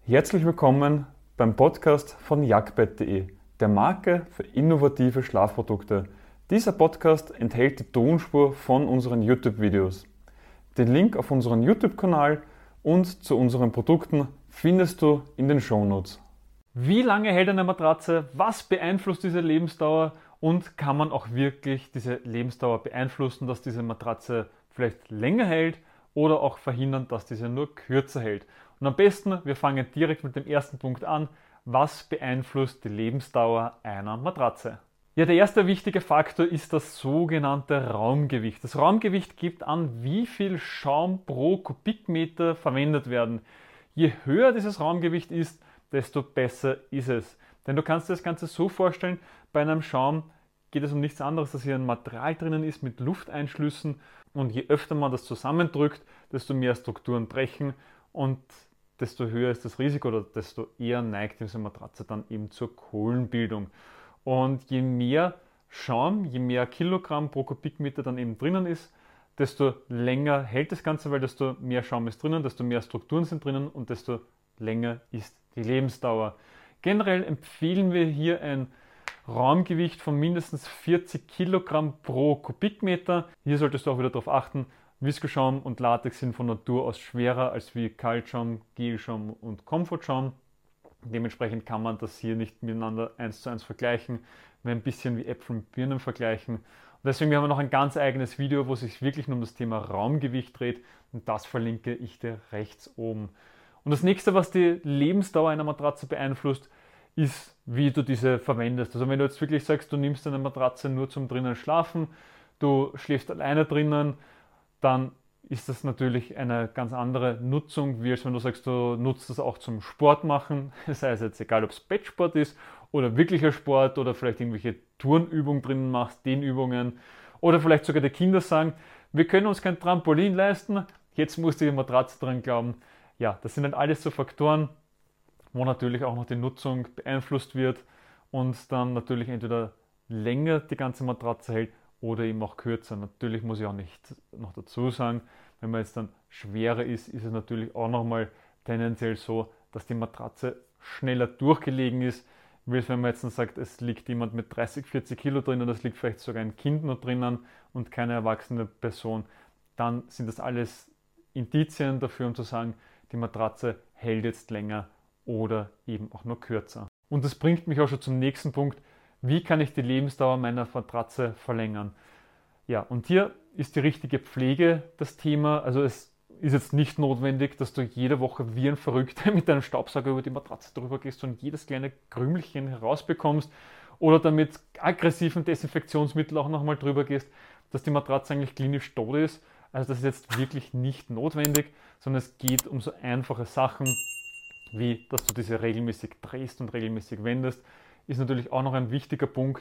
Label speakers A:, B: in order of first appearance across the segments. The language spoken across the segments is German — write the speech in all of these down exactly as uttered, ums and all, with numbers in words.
A: Herzlich willkommen beim Podcast von jagdbett punkt de, der Marke für innovative Schlafprodukte. Dieser Podcast enthält die Tonspur von unseren YouTube-Videos. Den Link auf unseren YouTube-Kanal und zu unseren Produkten findest du in den Shownotes. Wie lange hält eine Matratze? Was beeinflusst diese Lebensdauer? Und kann man auch wirklich diese Lebensdauer beeinflussen, dass diese Matratze vielleicht länger hält oder auch verhindern, dass diese nur kürzer hält? Und am besten, wir fangen direkt mit dem ersten Punkt an. Was beeinflusst die Lebensdauer einer Matratze? Ja, der erste wichtige Faktor ist das sogenannte Raumgewicht. Das Raumgewicht gibt an, wie viel Schaum pro Kubikmeter verwendet werden. Je höher dieses Raumgewicht ist, desto besser ist es. Denn du kannst dir das Ganze so vorstellen, bei einem Schaum geht es um nichts anderes, dass hier ein Material drinnen ist mit Lufteinschlüssen und je öfter man das zusammendrückt, desto mehr Strukturen brechen und desto höher ist das Risiko oder desto eher neigt diese Matratze dann eben zur Kohlenbildung. Und je mehr Schaum, je mehr Kilogramm pro Kubikmeter dann eben drinnen ist, desto länger hält das Ganze, weil desto mehr Schaum ist drinnen, desto mehr Strukturen sind drinnen und desto länger ist die Lebensdauer. Generell empfehlen wir hier ein Raumgewicht von mindestens vierzig Kilogramm pro Kubikmeter. Hier solltest du auch wieder darauf achten, Viskoschaum und Latex sind von Natur aus schwerer als wie Kaltschaum, Gelschaum und Komfortschaum. Dementsprechend kann man das hier nicht miteinander eins zu eins vergleichen, wir ein bisschen wie Äpfel und Birnen vergleichen. Und deswegen haben wir noch ein ganz eigenes Video, wo es sich wirklich nur um das Thema Raumgewicht dreht und das verlinke ich dir rechts oben. Und das nächste, was die Lebensdauer einer Matratze beeinflusst, ist, wie du diese verwendest. Also wenn du jetzt wirklich sagst, du nimmst eine Matratze nur zum drinnen schlafen, du schläfst alleine drinnen, dann ist das natürlich eine ganz andere Nutzung, wie als wenn du sagst, du nutzt das auch zum Sport machen. Das heißt jetzt egal, ob es Bettsport ist oder wirklicher Sport oder vielleicht irgendwelche Turnübungen drinnen machst, Dehnübungen oder vielleicht sogar die Kinder sagen, wir können uns kein Trampolin leisten, jetzt musst du die Matratze dran glauben. Ja, das sind dann alles so Faktoren, wo natürlich auch noch die Nutzung beeinflusst wird und dann natürlich entweder länger die ganze Matratze hält oder eben auch kürzer. Natürlich muss ich auch nicht noch dazu sagen, wenn man jetzt dann schwerer ist, ist es natürlich auch nochmal tendenziell so, dass die Matratze schneller durchgelegen ist, wie wenn man jetzt dann sagt, es liegt jemand mit dreißig, vierzig Kilo drin und es liegt vielleicht sogar ein Kind noch drinnen und keine erwachsene Person. Dann sind das alles Indizien dafür, um zu sagen, die Matratze hält jetzt länger oder eben auch nur kürzer. Und das bringt mich auch schon zum nächsten Punkt. Wie kann ich die Lebensdauer meiner Matratze verlängern? Ja, und hier ist die richtige Pflege das Thema. Also es ist jetzt nicht notwendig, dass du jede Woche wie ein Verrückter mit deinem Staubsauger über die Matratze drüber gehst und jedes kleine Krümelchen herausbekommst oder dann mit aggressiven Desinfektionsmitteln auch nochmal drüber gehst, dass die Matratze eigentlich klinisch tot ist. Also das ist jetzt wirklich nicht notwendig, sondern es geht um so einfache Sachen, wie dass du diese regelmäßig drehst und regelmäßig wendest. Ist natürlich auch noch ein wichtiger Punkt,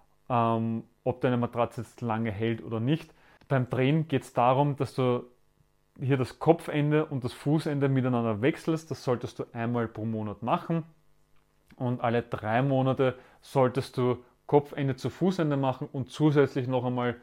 A: ähm, ob deine Matratze jetzt lange hält oder nicht. Beim Drehen geht es darum, dass du hier das Kopfende und das Fußende miteinander wechselst. Das solltest du einmal pro Monat machen. Und alle drei Monate solltest du Kopfende zu Fußende machen und zusätzlich noch einmal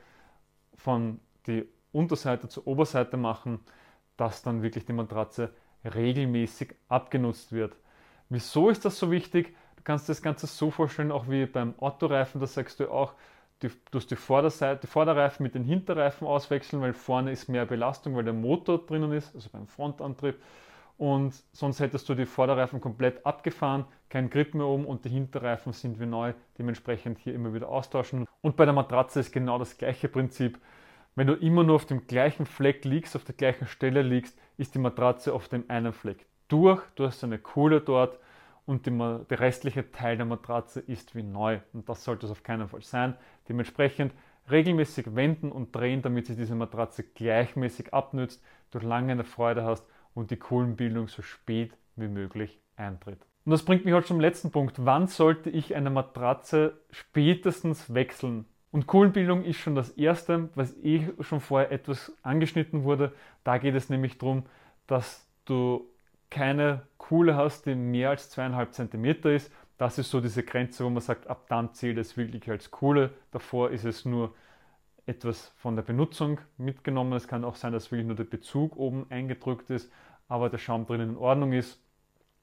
A: von die Unterseite zur Oberseite machen, dass dann wirklich die Matratze regelmäßig abgenutzt wird. Wieso ist das so wichtig? Du kannst das Ganze so vorstellen, auch wie beim Autoreifen, da sagst du auch, du musst die Vorderseite, die Vorderreifen mit den Hinterreifen auswechseln, weil vorne ist mehr Belastung, weil der Motor drinnen ist, also beim Frontantrieb. Und sonst hättest du die Vorderreifen komplett abgefahren, kein Grip mehr oben und die Hinterreifen sind wie neu, dementsprechend hier immer wieder austauschen. Und bei der Matratze ist genau das gleiche Prinzip. Wenn du immer nur auf dem gleichen Fleck liegst, auf der gleichen Stelle liegst, ist die Matratze auf dem einen Fleck durch, du hast eine Kuhle dort und die, der restliche Teil der Matratze ist wie neu. Und das sollte es auf keinen Fall sein. Dementsprechend regelmäßig wenden und drehen, damit sich diese Matratze gleichmäßig abnützt, du lange eine Freude hast und die Kohlenbildung so spät wie möglich eintritt. Und das bringt mich halt zum letzten Punkt. Wann sollte ich eine Matratze spätestens wechseln? Und Kohlenbildung ist schon das Erste, was eh schon vorher etwas angeschnitten wurde. Da geht es nämlich darum, dass du keine Kuhle hast, die mehr als zweieinhalb Zentimeter ist. Das ist so diese Grenze, wo man sagt, ab dann zählt es wirklich als Kuhle. Davor ist es nur etwas von der Benutzung mitgenommen. Es kann auch sein, dass wirklich nur der Bezug oben eingedrückt ist, aber der Schaum drinnen in Ordnung ist.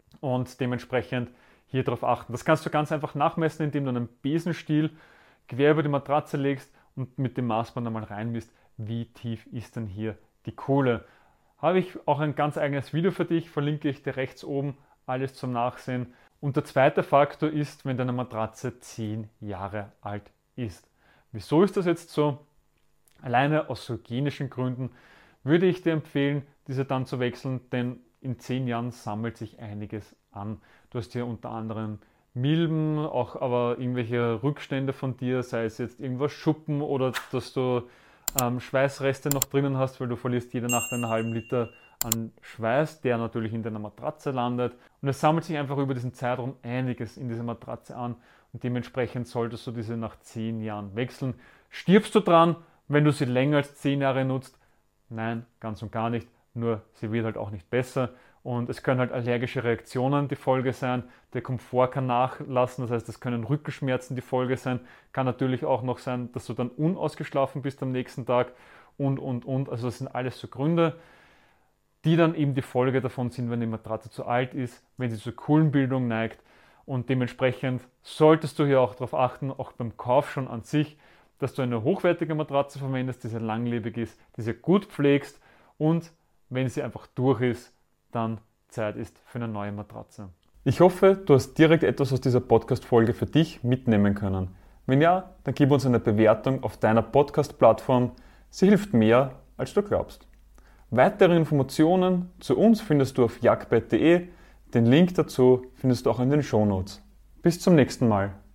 A: und dementsprechend hier darauf achten. Das kannst du ganz einfach nachmessen, indem du einen Besenstiel quer über die Matratze legst und mit dem Maßband einmal reinmisst, wie tief ist denn hier die Kuhle. Habe ich auch ein ganz eigenes Video für dich, verlinke ich dir rechts oben, alles zum Nachsehen. Und der zweite Faktor ist, wenn deine Matratze zehn Jahre alt ist. Wieso ist das jetzt so? Alleine aus hygienischen Gründen würde ich dir empfehlen, diese dann zu wechseln, denn in zehn Jahren sammelt sich einiges an. Du hast hier unter anderem Milben, auch aber irgendwelche Rückstände von dir, sei es jetzt irgendwas Schuppen oder dass du ähm, Schweißreste noch drinnen hast, weil du verlierst jede Nacht einen halben Liter an Schweiß, der natürlich in deiner Matratze landet. Und es sammelt sich einfach über diesen Zeitraum einiges in dieser Matratze an und dementsprechend solltest du diese nach zehn Jahren wechseln. Stirbst du dran, wenn du sie länger als zehn Jahre nutzt? Nein, ganz und gar nicht. Nur sie wird halt auch nicht besser und es können halt allergische Reaktionen die Folge sein. Der Komfort kann nachlassen, das heißt, es können Rückenschmerzen die Folge sein. Kann natürlich auch noch sein, dass du dann unausgeschlafen bist am nächsten Tag und, und, und. Also das sind alles so Gründe, die dann eben die Folge davon sind, wenn die Matratze zu alt ist, wenn sie zur Kuhlenbildung neigt. Und dementsprechend solltest du hier auch darauf achten, auch beim Kauf schon an sich, dass du eine hochwertige Matratze verwendest, die sehr langlebig ist, die sehr gut pflegst und wenn sie einfach durch ist, dann Zeit ist für eine neue Matratze. Ich hoffe, du hast direkt etwas aus dieser Podcast-Folge für dich mitnehmen können. Wenn ja, dann gib uns eine Bewertung auf deiner Podcast-Plattform. Sie hilft mehr, als du glaubst. Weitere Informationen zu uns findest du auf jagdbett punkt de. Den Link dazu findest du auch in den Shownotes. Bis zum nächsten Mal.